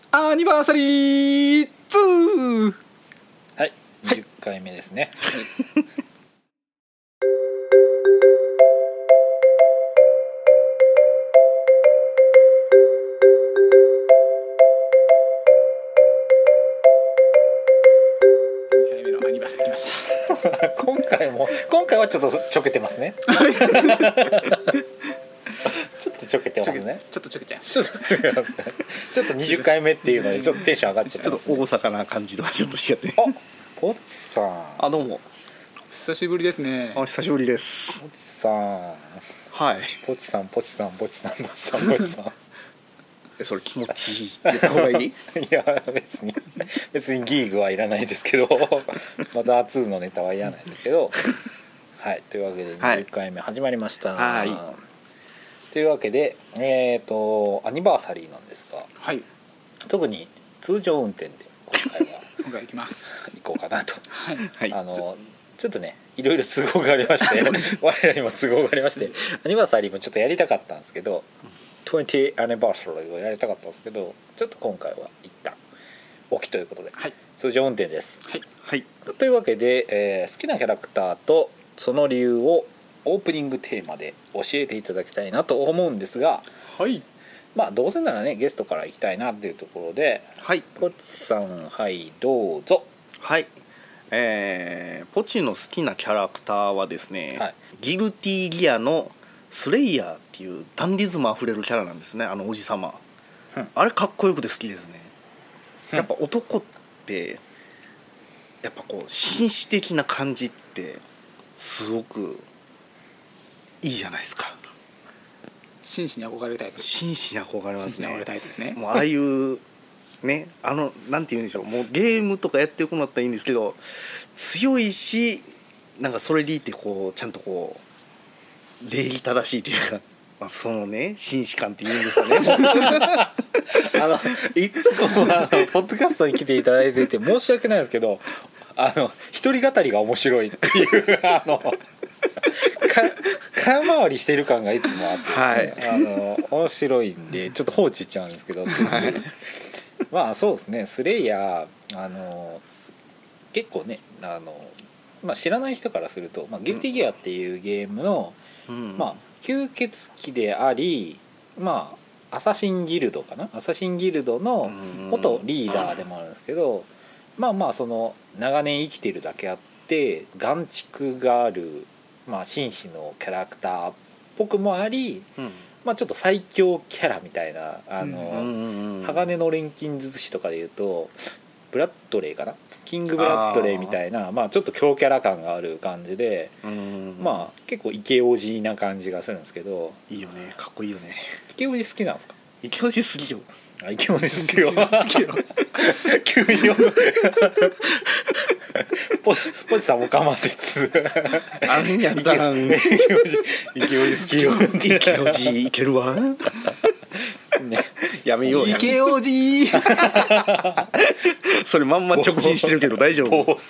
アニバーサリー2。 はい、20回目ですね。 2回目のアニバーサリー来ました。 今回はちょっとちょけてますね。ちょっとちょけてますね。 ちょっとちょけちゃいました。 ちょっと20回目っていうのでちょっとテンション上がっちゃってますね。 ちょっと大阪な感じのはちょっと違ってね。 あ、ポチさん。 あ、どうも。 久しぶりですね。 お久しぶりです。 ポチさん。 はい。 ポチさん。 それ気持ちいいって言った方がいい？ いや別にギーグはいらないですけど、まず2のネタはいらないですけど、はい、というわけで20回目始まりました。 はい。 というわけでアニバーサリーなんですが、 はい。 特に通常運転で今回行きます。 行こうかなと。 はい。 はい。 ちょっとね、いろいろ都合がありまして我らにも都合がありまして、アニバーサリーもちょっとやりたかったんですけど、20 anniversary をやりたかったんですけど、ちょっと今回は一旦置きということで、 はい、 通常運転です。 はい、 はい。 というわけで、好きなキャラクターとその理由をオープニングテーマで教えていただきたいなと思うんですが、 はい。 まあどうせならね、ゲストから行きたいなっていうところで、 はい。 ポチさん、はいどうぞ。 はい。ポチの好きなキャラクターはですね、 はい、 ギルティギアのスレイヤーっていうダンディズムあふれるキャラなんですね。あのおじさま、あれかっこよくて好きですね。やっぱ男ってやっぱこう紳士的な感じってすごくいいじゃないですか。 紳士に憧れるタイプ。 紳士に憧れますね。 紳士に憧れるタイプですね。 もうああいうね、なんて言うんでしょう、もうゲームとかやってくなったらいいんですけど、強いし、なんかそれでいてこうちゃんとこう礼儀正しいというか、まあ、そのね紳士感っていうんですかね。 いつもポッドキャストに来ていただいてて申し訳ないですけど、一人語りが面白いっていう空回りしてる感がいつもあって、 はい、 面白いんでちょっと放置しちゃうんですけど、はい、まあそうですね、スレイヤー結構ねまあ、知らない人からすると、まあ、ギルティギアっていうゲームの、まあ、吸血鬼であり、まあ、アサシンギルドの元リーダーでもあるんですけど、まあまあその長年生きてるだけあって眼蓄がある、まあ、紳士のキャラクターっぽくもあり、まあ、ちょっと最強キャラみたいな鋼の錬金術師とかでいうとブラッドレーかな、キングブラッドレーみたいな、まあ、ちょっと強キャラ感がある感じで、まあ結構イケオジな感じがするんですけど。 いいよね、かっこいいよね。 イケオジ好きなんですか？ イケオジ好きよ。 イケオジ好きよ。急にポチさんもかませつあれやったらイケオジ好きよ。 イケオジいけるわ。ね、やめようや。 イケオジそれまんま直進してるけど大丈夫？ ポ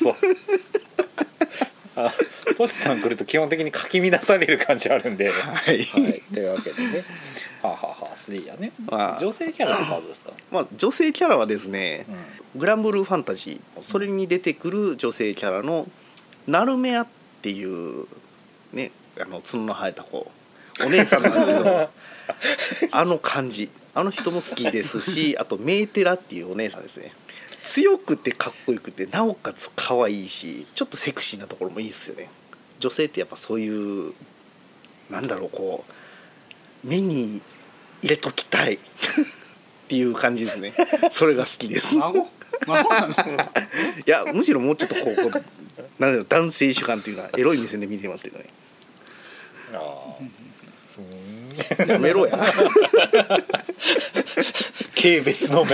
チさん来ると基本的にかき乱される感じあるんで、 はい、 はい、というわけでね、スリーやね、まあ、女性キャラとかどうですか？ まあ、女性キャラはですね、グランブルーファンタジー、それに出てくる女性キャラのナルメアっていうね、角の生えた子お姉さんなんですけどあの感じ、あの人も好きですし、あとメーテラっていうお姉さんですね。強くてかっこよくてなおかつ可愛いし、ちょっとセクシーなところもいいですよね。女性ってやっぱそういうなんだろう、こう目に入れときたいっていう感じですね。それが好きです。 孫なんですか？ いや、むしろもうちょっとこうなんだろう、男性主観というかエロい目線で見てますけどね。やめろや。 軽蔑の目。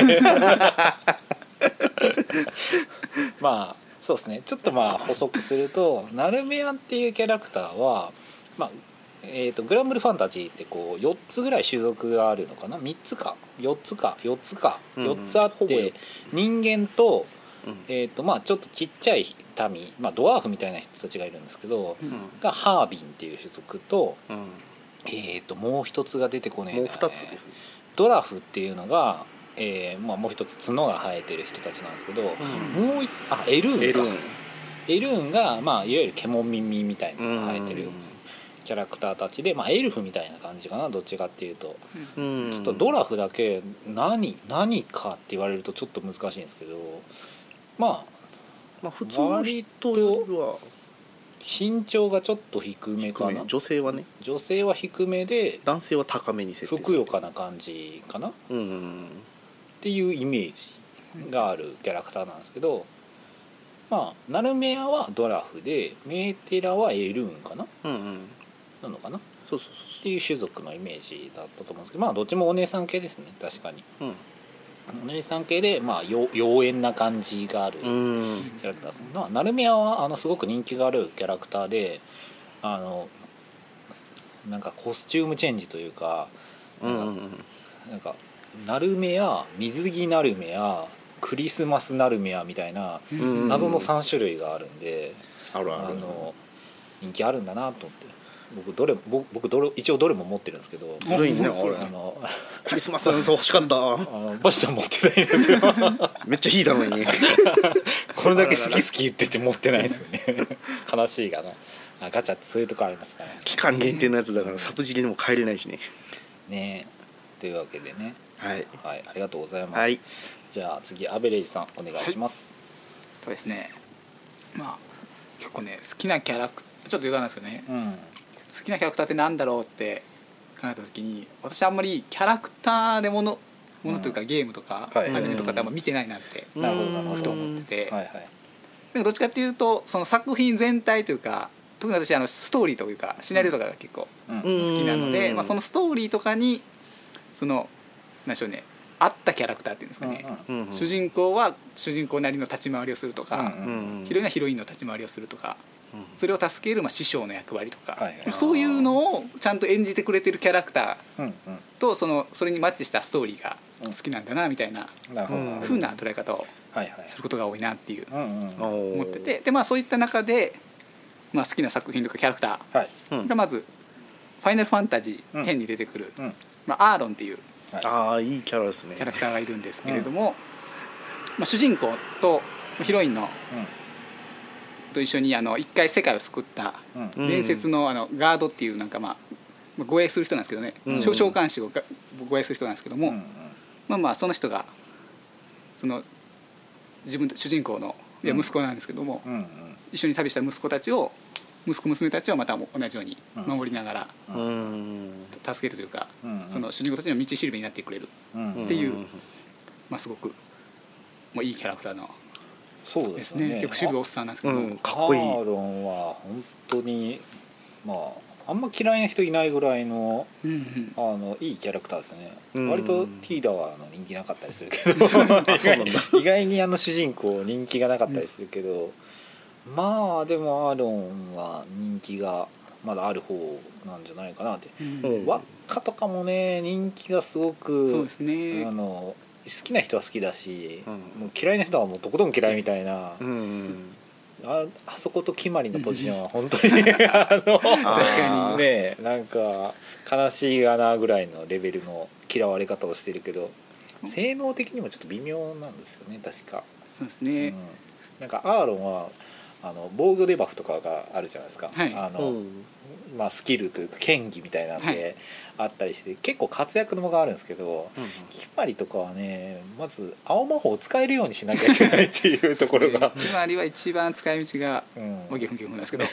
まあそうですね、ちょっとまあ補足すると、ナルメアっていうキャラクターは、まあグランブルファンタジーってこう4つぐらい種族があるのかな、3つか4つあって、人間と、まあちょっとちっちゃい民、まあ、ドワーフみたいな人たちがいるんですけど、がハービンっていう種族と、もう一つが出てこねえな、 もう2つですね。 ドラフっていうのがもう一つ角が生えてる人たちなんですけど、 うんもうエルーンかエルーンエルーンが、いわゆる獣耳みたいなのが生えてるキャラクターたちで、エルフみたいな感じかな、どっちかっていうと。 うんちょっとドラフだけ何かって言われるとちょっと難しいんですけど、 まあ普通の人よりは身長がちょっと低めかな。 女性はね、 女性は低めで男性は高めに設定ふくよかな感じかなっうんていうイメージがあるキャラクターなんですけど、ナルメアはドラフでメーテラはエルーンかななのかなっそうそうていう種族のイメージだったと思うんですけど、どっちもお姉さん系ですね。確かにそうお姉さん系で妖艶な感じがあるキャラクターですね。ナルメアはすごく人気があるキャラクターで、なんかコスチュームチェンジというか、なんかナルメア、水着ナルメア、クリスマスナルメアみたいな謎の3種類があるんで、 あるある人気あるんだなと思って。僕一応どれも持ってるんですけど、 ずるいね俺クリスマスの嘘欲しかったバシちゃん持ってないんですよめっちゃ引いたのにこれだけ好き言ってて持ってないですよね悲しいかな。ガチャってそういうとこありますからね。 期間限定のやつだからサブジリにも帰れないしね。 ねというわけでね、 はい、 ありがとうございます、 はい、 じゃあ次アベレージさんお願いします。 そうですね、結構ね好きなキャラクターちょっと余談なんですけどね、好きなキャラクターってなんだろうって考えた時に、私あんまりキャラクターでものというかゲームとかアニメとかってあんま見てないなってなるほどなるほどふと思ってて、 はいはい、 なんかどっちかっていうとその作品全体というか、特に私ストーリーというかシナリオとかが結構好きなので、そのストーリーとかになんでしょうね、合ったキャラクターっていうんですかね、主人公は主人公なりの立ち回りをするとか、ヒロインはヒロインの立ち回りをするとか、それを助ける師匠の役割とか、そういうのをちゃんと演じてくれてるキャラクターとそれにマッチしたストーリーが好きなんだなみたいな風な捉え方をすることが多いなっていう思ってて、でそういった中で、好きな作品とかキャラクターがまず「ファイナルファンタジー10」に出てくるアーロンっていういいキャラですね。 キャラクターがいるんですけれども、主人公とヒロインのと一緒に一回世界を救った伝説のガードっていう護衛する人なんですけどね、召喚士を護衛する人なんですけども、その人が主人公の息子なんですけども、一緒に旅した息子娘たちをまた同じように守りながら助けるというか、その主人公たちの道しるべになってくれるっていう、すごくもういいキャラクターのそうですね。 結構渋いおっさんなんですけど、 かっこいい。 アーロンは本当にあんま嫌いな人いないぐらいのいいキャラクターですね。割とティーダは人気なかったりするけど意外に主人公人気がなかったりするけど、でもアーロンは人気がまだある方なんじゃないかなって。ワッカとかもね人気がすごく、 そうですね、 好きな人は好きだし、もう嫌いな人はもうとことん嫌いみたいな、あそこと決まりのポジションは本当に確かにね、なんか悲しいがなぐらいのレベルの嫌われ方をしてるけど、性能的にもちょっと微妙なんですよね確か。 そうですね、 なんかアーロンは防御デバフとかがあるじゃないですか、スキルというか剣技みたいなんであったりして、結構活躍の場があるんですけど、決まりとかはねまず青魔法を使えるようにしなきゃいけないっていうところが決まりは一番使い道がゲフンゲフンなんですけど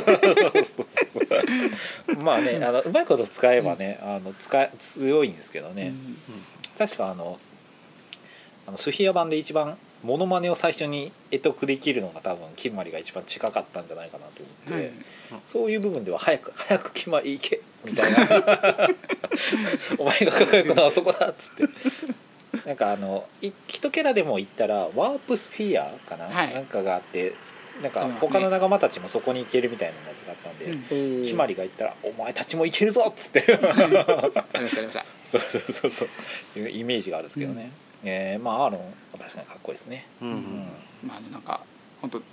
うまいこと使えばね強いんですけどね、確かスフィア版で一番モノマネを最初に得得できるのが多分決まりが一番近かったんじゃないかなと思って、そういう部分では早く決まりいけみたいなお前が輝くのはそこだっつってなんか一キャラでも言ったらワープスフィアかな、なんかがあって、なんか他の仲間たちもそこに行けるみたいなやつがあったんで、決まりが言ったらお前たちも行けるぞっつってありましたそういうイメージがあるんですけどね、アーロン確かにかっこいいですね。 なんか本当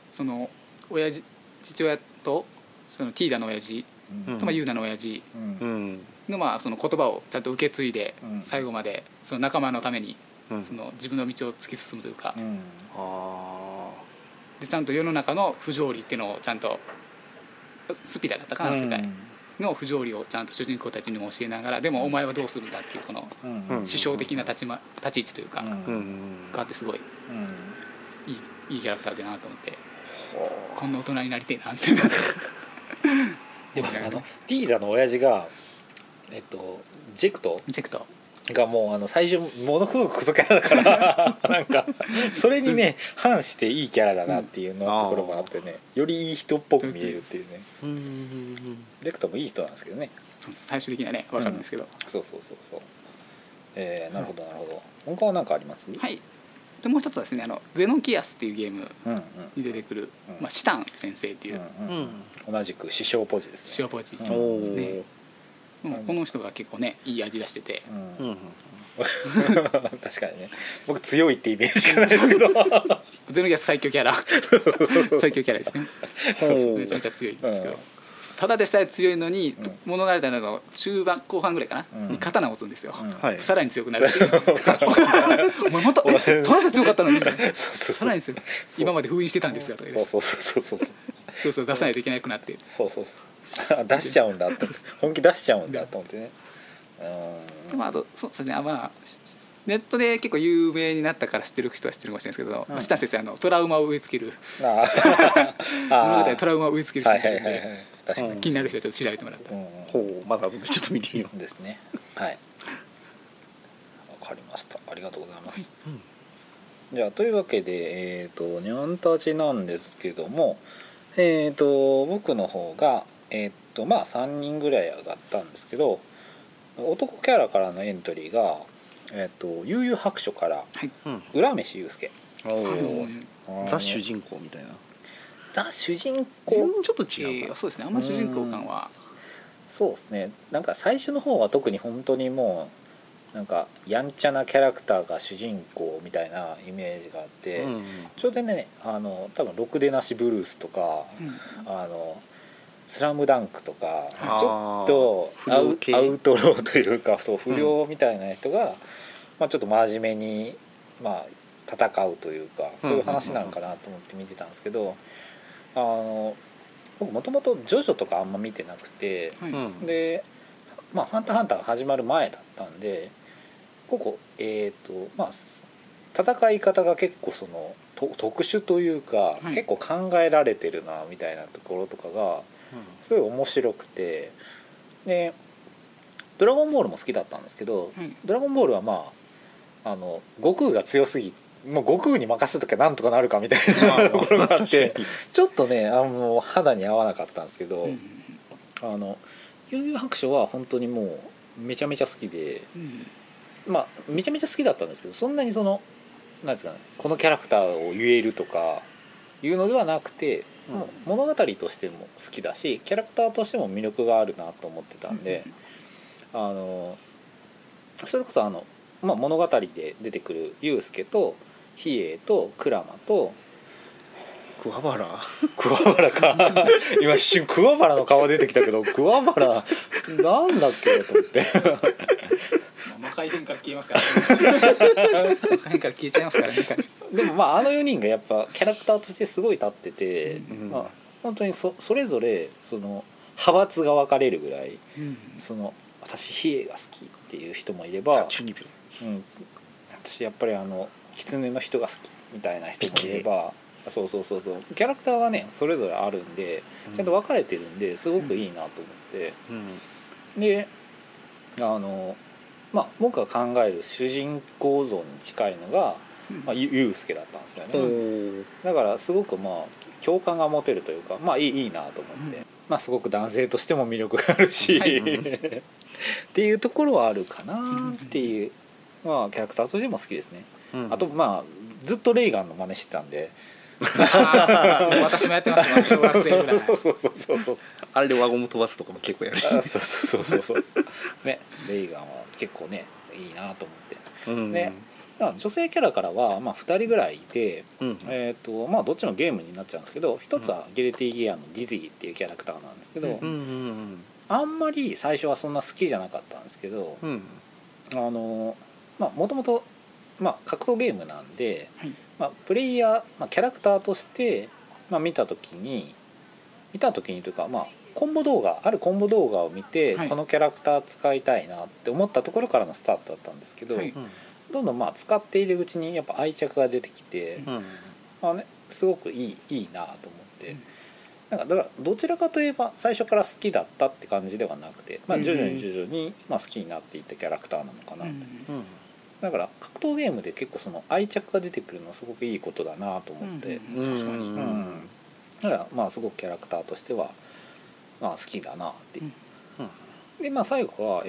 父親とそのティーダの親父とユーナの親父のその言葉をちゃんと受け継いで最後までその仲間のためにその自分の道を突き進むというか、 あでちゃんと世の中の不条理っていうのをちゃんとスピラだったかな、世界の不条理をちゃんと主人公たちにも教えながら、でもお前はどうするんだっていうこの師匠的な立ち位置というかがあって、すごいいいキャラクターだなと思って、こんな大人になりてえなってでもティーダの親父がジェクトがもう最初ものすごくクソキャラだからなんかそれにね反していいキャラだなっていうのところもあってね、よりいい人っぽく見えるっていうね。ジェクトもいい人なんですけどね、 最終的にはね分かるんですけど、 そうなるほどなるほど。他は何かあります？ はい。でもう一つはですね、ゼノンキアスっていうゲームに出てくる、シタン先生っていう、 同じく師匠ポジですね。 師匠ポジですね。この人が結構ねいい味出してて、 確かにね、僕強いってイメージしかないですけどゼノキアス最強キャラ最強キャラですね。めちゃめちゃ強いんですけど、ただでさえ強いのに、物語の中盤後半ぐらいかな、に刀を打つんですよ、さらに強くなるっていうお前またただで強かったのにさらに強い、今まで封印してたんですよとか、そう出さないといけなくなって、 出しちゃうんだって本気出しちゃうんだと思ってね。 でもあとそうですね、ネットで結構有名になったから知ってる人は知ってるかもしれないですけど、シタン先生トラウマを植え付ける物語トラウマを植え付けるシーンで、気になる人はちょっと調べてもらったら、 まだちょっと見てみようですね。はい、わかりました、ありがとうございます。じゃあというわけでニャンたちなんですけども、僕の方が3人ぐらい上がったんですけど、男キャラからのエントリーが悠々白書から浦飯祐介、 ザ主人公みたいな。 ザ主人公ちょっと違うか。 そうですね、あんまり主人公感は、 そうですね、なんか最初の方は特に本当にもうなんかやんちゃなキャラクターが主人公みたいなイメージがあって、ちょうどね多分ろくでなしブルースとか、スラムダンクとかちょっとアウトローというか、そう不良みたいな人が、ちょっと真面目に、戦うというか、そういう話なんかなと思って見てたんですけど、僕もともとジョジョとかあんま見てなくて、で「ハンターハンター」が始まる前だったんで、戦い方が結構特殊というか、結構考えられてるなみたいなところとかがすごい面白くて、で「ドラゴンボール」も好きだったんですけど、ドラゴンボールは悟空が強すぎて、もう悟空に任せときゃなんとかなるかみたいなところがあってちょっとね肌に合わなかったんですけど、悠々白書は本当にもうめちゃめちゃ好きで、めちゃめちゃ好きだったんですけど、そんなになんですかね、このキャラクターを言えるとかいうのではなくて、もう物語としても好きだし、キャラクターとしても魅力があるなと思ってたんで、それこそ物語で出てくる祐介と比叡と鞍馬と桑原か今一瞬桑原の顔が出てきたけど、桑原なんだっけと思って魔界編から消えますからね魔界編から消えちゃいますからねでも4人がやっぱキャラクターとしてすごい立ってて、本当にそれぞれ派閥が分かれるぐらい、私比叡が好きっていう人もいれば、私やっぱり狐の人が好きみたいな人もいれば、そうキャラクターがねそれぞれあるんで、ちゃんと分かれてるんですごくいいなと思って、で僕が考える主人公像に近いのが、祐介だったんですよね。だからすごく共感が持てるというか、いいなと思って、すごく男性としても魅力があるし、っていうところはあるかなっていう、キャラクターとしても好きですね。あとずっとレイガンの真似してたんで私もやってました小学生ぐらいそうあれで輪ゴム飛ばすとかも結構やるそうね、レイガンは結構ねいいなと思って、で女性キャラからは2人ぐらいいて、どっちのゲームになっちゃうんですけど、一つはゲルティギアのディズィーっていうキャラクターなんですけど、あんまり最初はそんな好きじゃなかったんですけど、もともとまあ、格闘ゲームなんで、 はいまあ、プレイヤー、まあ、キャラクターとして、まあ、見た時にというか、まあ、あるコンボ動画を見て、 はいこのキャラクター使いたいなって思ったところからのスタートだったんですけど、 はいどんどんまあ使っているうちにやっぱ愛着が出てきて、まあね、すごくいいなと思って、 うんなんかだからどちらかといえば最初から好きだったって感じではなくて、まあ、徐々にまあ好きになっていったキャラクターなのかな、だから格闘ゲームで結構その愛着が出てくるのはすごくいいことだなと思って、 確かにだからまあすごくキャラクターとしてはまあ好きだなっていう、でまあ最後は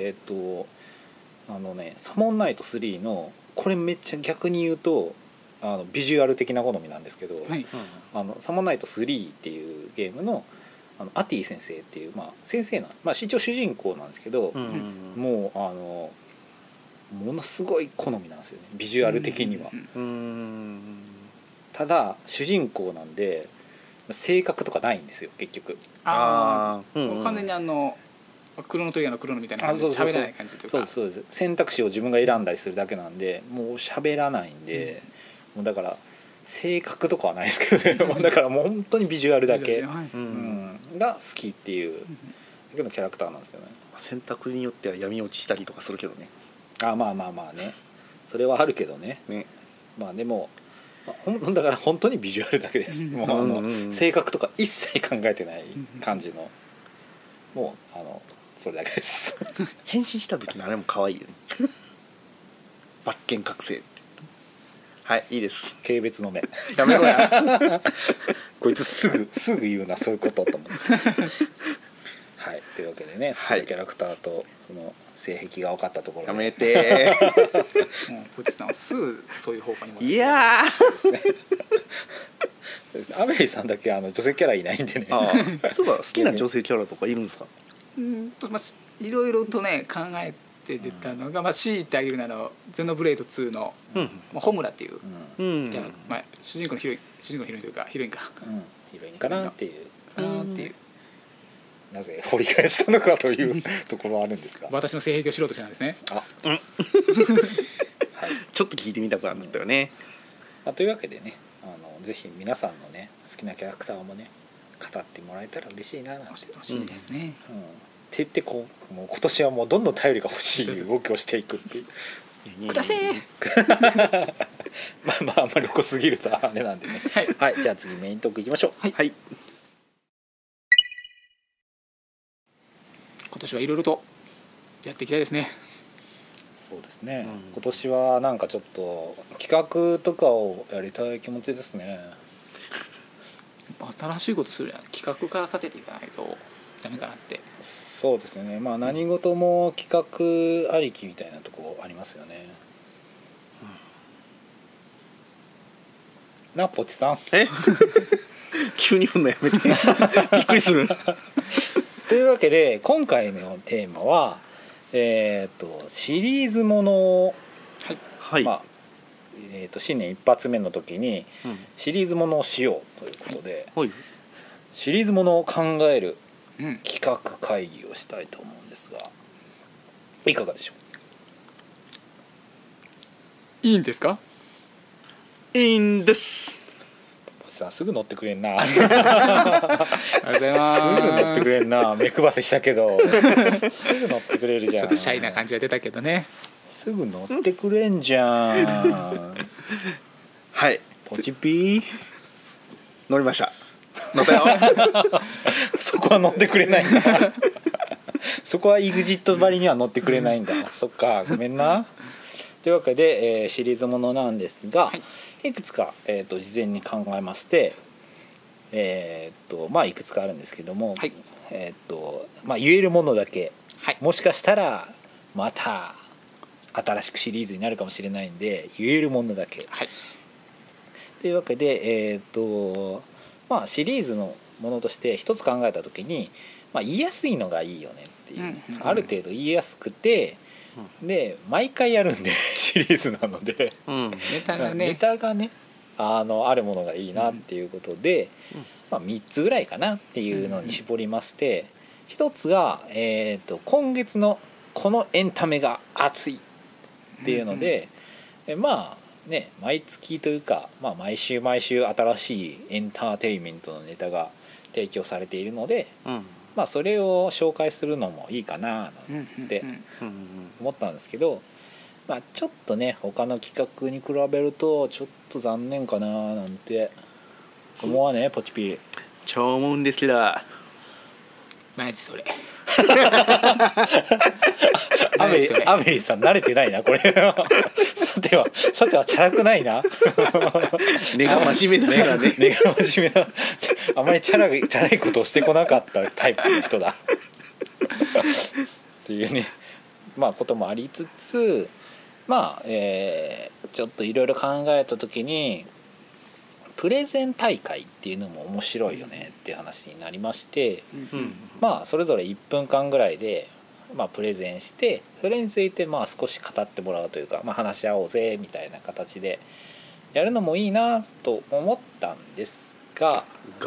サモンナイト3のこれめっちゃ逆に言うとビジュアル的な好みなんですけど、 はいサモンナイト3っていうゲームのアティ先生っていう、まあ、先生な、まあ、一応主人公なんですけど、もうものすごい好みなんですよねビジュアル的には。ただ主人公なんで性格とかないんですよ結局。 完全にクロノトリガーのクロノみたいな感じで喋らない感じというか、 そうです選択肢を自分が選んだりするだけなんでもう喋らないんで、もうだから性格とかはないですけどねだからもう本当にビジュアルだけ、が好きっていうだけのキャラクターなんですけどね。 選択によっては闇落ちしたりとかするけどね。 まあねそれはあるけどね。まあでもだから本当にビジュアルだけです。もう性格とか一切考えてない感じの、もうそれだけです変身した時のあれも可愛いよね罰剣覚醒って。はいいいです。 軽蔑の目やめろやこいつすぐ言うなそういうことと思ってはいというわけでね、好きなキャラクターとその性癖が分かったところでやめてもうポチさんはすぐそういう方向に持っていやそうですねアメリーさんだけ女性キャラいないんでね。 そうだ好きな女性キャラとかいるんですか。 まあ、いろいろとね考えて出たのが、まあ、強いてあげるならゼノブレイド2の、まあ、ホムラっていうキャラ、まあ、主人公のヒロインというかヒロインか、 ヒロインかなっていうなぜ掘り返したのかというところはあるんですが私の性癖を知ろうとしてたんですね。 はい、 ちょっと聞いてみたくなったよね。 というわけでねぜひ皆さんのね好きなキャラクターもね語ってもらえたら嬉しいななんて教えてほしいですね。 って言ってもう今年はもうどんどん頼りが欲しい動きをしていくっていうくだせーまああんまり濃すぎるとあれなんでねはい、じゃあ次メイントークいきましょう。 はい今年はいろいろとやっていきたいですね。 そうですね、今年はなんかちょっと企画とかをやりたい気持ちですね。 新しいことするには企画から立てていかないとダメかなって。 そうですね、まあ何事も企画ありきみたいなとこありますよね、なポチさん急に振んのやめてびっくりするというわけで今回のテーマはシリーズものを、 はいまあ新年一発目の時にシリーズものをしようということで、シリーズものを考える企画会議をしたいと思うんですがいかがでしょう。 いいんですか。 いいんです。 さあすぐ乗ってくれんなありがとうございますすぐ乗ってくれんな目配せしたけどすぐ乗ってくれるじゃん。 ちょっとシャイな感じが出たけどね。 すぐ乗ってくれんじゃんはいポチピー乗りました。乗ったよそこは乗ってくれないんだそこは EXIT ばりには乗ってくれないんだそっかごめんなというわけで、シリーズものなんですが、いくつか、事前に考えましてまあいくつかあるんですけども、まあ言えるものだけ、もしかしたらまた新しくシリーズになるかもしれないんで言えるものだけ、というわけでまあシリーズのものとして一つ考えた時に、まあ、言いやすいのがいいよねっていう、ある程度言いやすくて、で毎回やるんでシリーズなので、 ネタがねあるものがいいなっていうことで、まあ、3つぐらいかなっていうのに絞りまして、一つが、今月のこのエンタメが熱いっていうので、まあね毎月というか、まあ、毎週毎週新しいエンターテインメントのネタが提供されているので、まあ、それを紹介するのもいいかななんて思ったんですけど、まあ、ちょっとね他の企画に比べるとちょっと残念かななんて思わねポチピ。 超思うんですけどマジそれアメリーさん慣れてないなこれさてはチャラくないな根が真面目だからね根が真面目なあまりチャラいことをしてこなかったタイプの人だっていうねまあこともありつつまあ、ちょっといろいろ考えた時にプレゼン大会っていうのも面白いよねっていう話になりまして、まあそれぞれ1分間ぐらいで、まあ、プレゼンしてそれについてまあ少し語ってもらうというか、まあ、話し合おうぜみたいな形でやるのもいいなと思ったんですが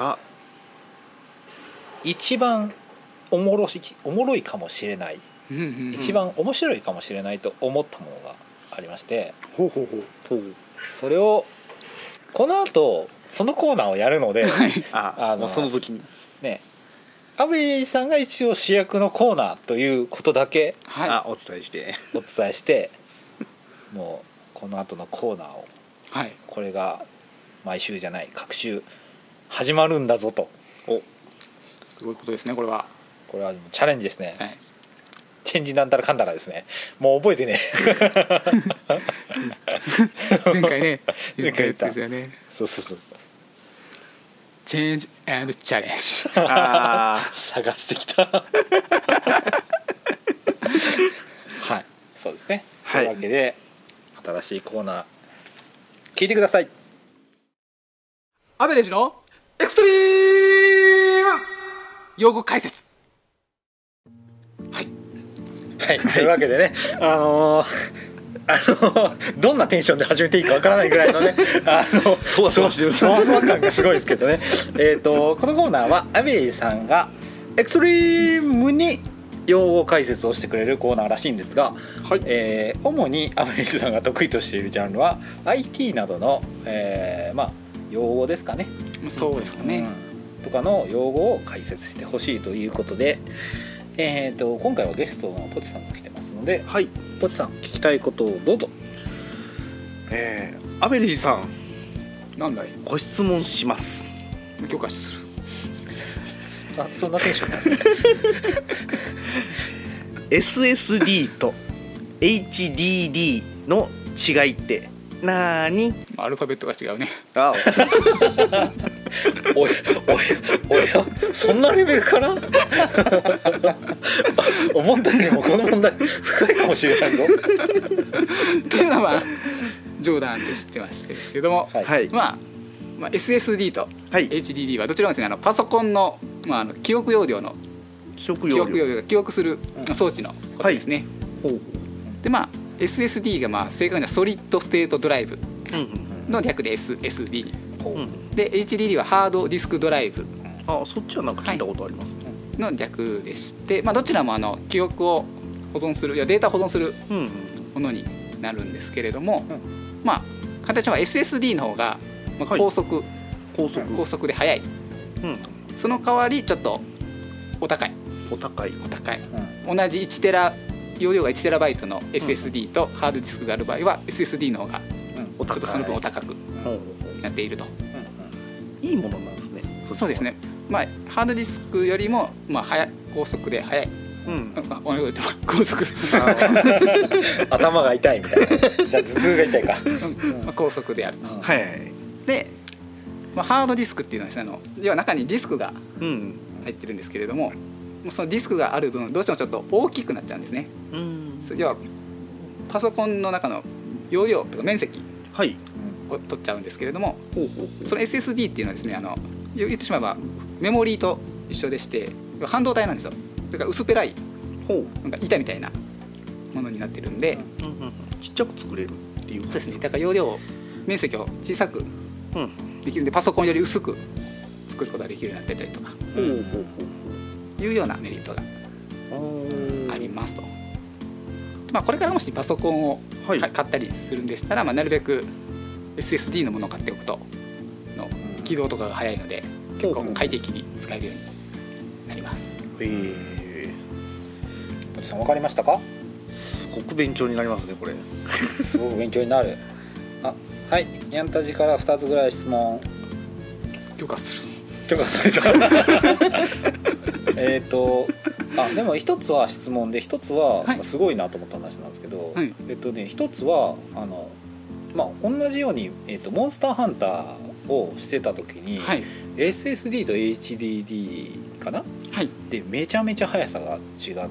一番おもろいかもしれない、一番面白いかもしれないと思ったものがありまして、それをこの後そのコーナーをやるのでその時にねアベリさんが一応主役のコーナーということだけ、 お伝えしてもうこの後のコーナーを、これが毎週じゃない各週始まるんだぞと。 すごいことですねこれはチャレンジですね、チェンジなんたらかんだらですねもう覚えてね前回ね言ったやつですよね。 そうチェンジ&チャレンジ探してきたはいそうですね、というわけで新しいコーナー聞いてください。 アベレージのエクストリーム用語解説。 はい、というわけでねどんなテンションで始めていいかわからないぐらいのねそわそわ感がすごいですけどねこのコーナーはアベリーさんがエクストリームに用語解説をしてくれるコーナーらしいんですが、主にアベリーさんが得意としているジャンルは IT などの、まあ用語ですかね。 そうですかね、 とかの用語を解説してほしいということで今回はゲストのポチさんも来てますので、ポチさん聞きたいことをどうぞ。 アベリーさんなんだいご質問します。 許可する。 そんなテンションなんですね SSD と HDD の違いってなーに？ アルファベットが違うね。 おやそんなレベルかな思ったよりもこの問題深いかもしれないぞというのは冗談としてましてですけども、まあ、SSD と HDD はどちらもですねパソコンの、記憶容量の記憶する装置のことですね。でSSD が正確にはソリッドステートドライブの略で SSD、で HDD はハードディスクドライブ、 そっちはなんか聞いたことあります、 の略でして、どちらも記憶を保存するデータ保存するものになるんですけれども、形は SSD の方が高速で速い、その代わりちょっとお高い、同じ1テラ容量が1テラバイトの SSD とハードディスクがある場合は SSD の方がちょっとその分お高くなっていると。 いいものなんですね。 そうですね。ハードディスクよりも高速で速い、高速頭が痛いみたいなじゃあ頭痛が痛いか高速であると。で、ハードディスクっていうのはですね要は中にディスクが入ってるんですけれども、そのディスクがある分どうしてもちょっと大きくなっちゃうんですね。要はパソコンの中の容量とか面積を取っちゃうんですけれども、その SSD っていうのはですね言ってしまえばメモリーと一緒でして半導体なんですよ。だから薄っぺらいなんか板みたいなものになってるんで、 ちっちゃく作れるっていう。 そうですね。だから容量面積を小さくできるんでパソコンより薄く作ることができるようになってたりとかいうようなメリットがありますと。これからもしパソコンを買ったりするんでしたら、なるべく SSD のものを買っておくとの起動とかが早いので結構快適に使えるようになります。 ポチさん分かりましたか？ すごく勉強になりますねこれ。 すごく勉強になる。はい、ニャンタジから2つぐらい質問。 許可すれた。でも一つは質問で一つはすごいなと思った話なんですけど、はい、一つは同じように、モンスターハンターをしてた時に、はい、SSD と HDD かな、はい、でめちゃめちゃ速さが違って、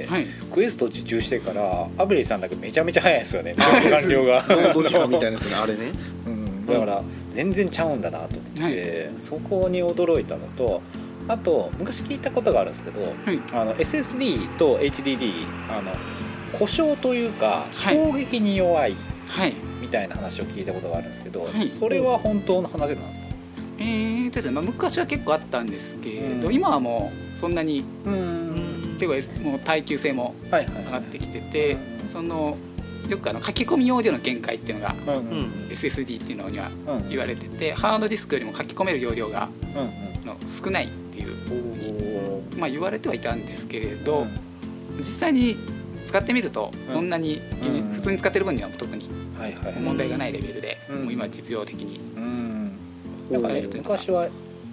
はい、クエスト受注してからアブレイさんだけめちゃめちゃ速いんですよね、眼量がどちらみたいなやつねあれね、 だから全然ちゃうんだなと思って、はい、そこに驚いたのと、あと昔聞いたことがあるんですけど、はい、SSD と HDD 故障というか衝撃に弱いみたいな話を聞いたことがあるんですけど、はい、それは本当の話なんですか？ ですね、昔は結構あったんですけど、今はもうそんなに結構もう耐久性も上がってきてて、そのよく書き込み容量の限界っていうのが SSD っていうのには言われてて、ハードディスクよりも書き込める容量が少ないっていう言われてはいたんですけれど、実際に使ってみるとそんなに普通に使ってる分には特に問題がないレベルで、もう今実用的に使えるというのが、昔は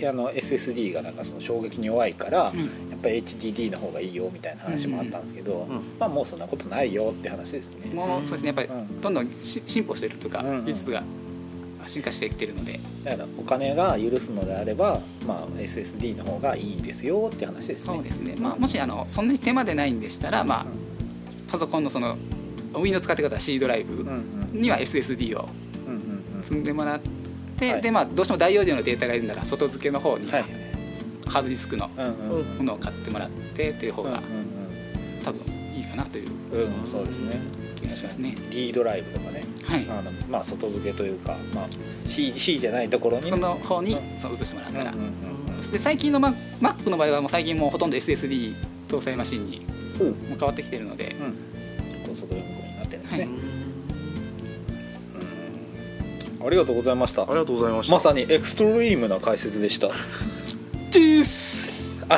SSD がなんかその衝撃に弱いから、やっぱり HDD の方がいいよみたいな話もあったんですけど、もうそんなことないよって話ですね。 もうそうですね、やっぱりどんどん進歩しているというか、技術が進化してきているので、 だからお金が許すのであれば、SSD の方がいいですよっていう話ですね。 そうですね、もしそんなに手間でないんでしたら、パソコンのその Windows 使ってる方は C ドライブには SSD を積んでもらって、でどうしても大容量のデータがいるなら外付けの方にハードディスクのものを買ってもらってという方が多分いいかなというそうですね、 気がしますね。 D ドライブとかね、外付けというか、C じゃないところにその方に移してもらったら、そして最近の Mac の場合はもう最近もうほとんど SSD 搭載マシンにもう変わってきているので、 高速読み込みになってるんですね。ありがとうございました。 ありがとうございました。 まさにエクストリームな解説でした。 チース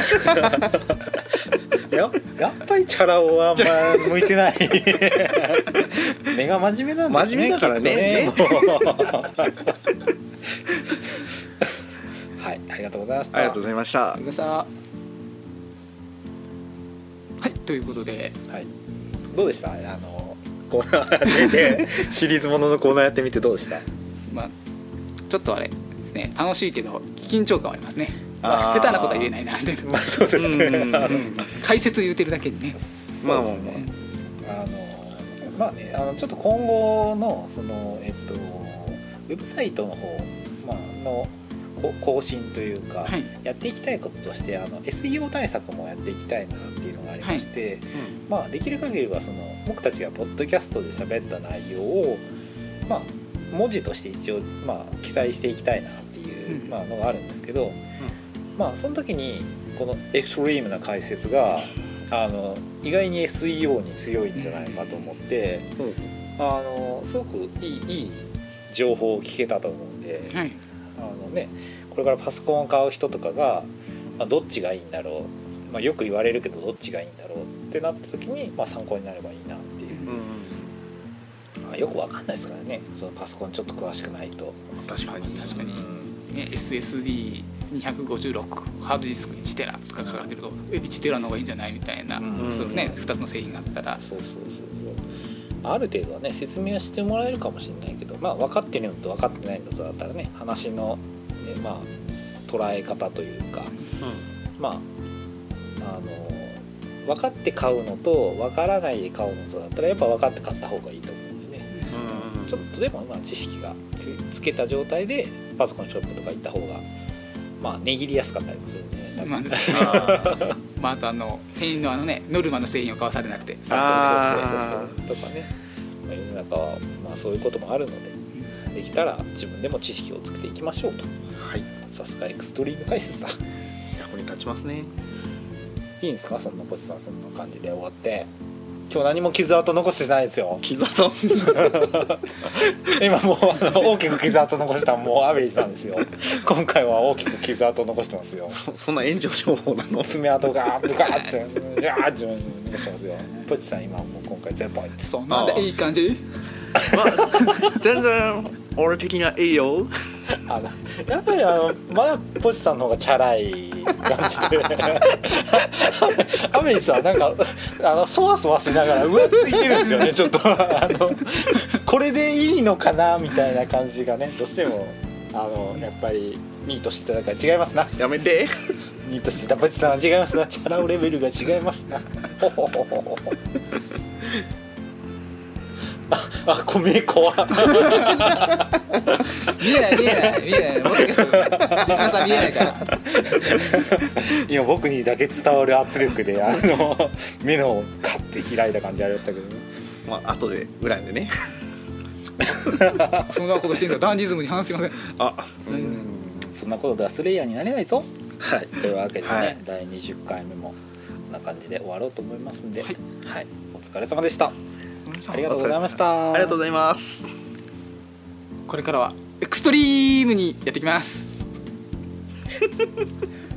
やっぱりチャラ男はあんま向いてない目が真面目なんですね。 真面目だからねはい、ありがとうございました。 ありがとうございました。 はい、ということで、 どうでした？コーナーでシリーズもののコーナーやってみてどうでした？ ちょっとあれですね、楽しいけど緊張感はありますね。下手なことは言えないなって。 そうですね。 解説言うてるだけにね。 ちょっと今後のそのウェブサイトの方の更新というか、やっていきたいこととして SEO 対策もやっていきたいなっていうのがありまして、できる限りはその僕たちがポッドキャストで喋った内容を文字として一応記載していきたいなっていうのがあるんですけど、その時にこのエクストリームな解説が意外に SEO に強いんじゃないかと思って、すごくいい情報を聞けたと思うんで、これからパソコンを買う人とかが、どっちがいいんだろう、よく言われるけどどっちがいいんだろうってなった時に、参考になればいいなっていう、よくわかんないですからね、そのパソコンちょっと詳しくないと。 確かに、SSD256 ハードディスク1テラとか書かれてると1テラの方がいいんじゃないみたいな、2つの製品があったら、 ある程度はね説明はしてもらえるかもしれないけど、分かってるのと分かってないのとだったらね、話の、捉え方というか、分かって買うのと分からないで買うのとだったらやっぱ分かって買った方がいいと思うんでね、ちょっとでも知識がつけた状態でパソコンショップとか行った方が値切りやすかったりもするんでね。 あと店員のノルマの製品を買わされなくて、 とかね、世の中はそういうこともあるので、できたら自分でも知識をつけていきましょうと。さすがエクストリーム解説だ。 役に立ちますね。 いいんですか、そんなポチさん、そんな感じで終わって。 今日何も傷跡残してないですよ。 傷跡今もう大きく傷跡残したもうアベリーさんですよ。今回は大きく傷跡残してますよ。 そんな炎上情報なの？ 爪痕がブカーってガーって残してますよ。ポチさん今もう今回0ポイント。 そんなんでいい感じ。 全然俺的にはいいよ。 やっぱりまだポチさんの方がチャラい感じでアメリさんなんかそわそわしながら浮ついてるんですよね。ちょっとこれでいいのかなみたいな感じがね、どうしてもやっぱりニートしてたから違いますな。 やめて。 ニートしてたポチさんは違いますな。チャラ男レベルが違いますな。米怖見えないもっとけそうリスナーさん見えないから今僕にだけ伝わる圧力で目のカッて開いた感じありましたけどね。 まあ後で裏でねそんなことしてんすよ。ダンディズムに話しません。 そんなことではスレイヤーになれないぞ。 はいというわけでね、 はい、 第20回目もこんな感じで終わろうと思いますんで、 はい、 はい、お疲れ様でした。ありがとうございました。 ありがとうございます。 これからはエクストリームにやっていきます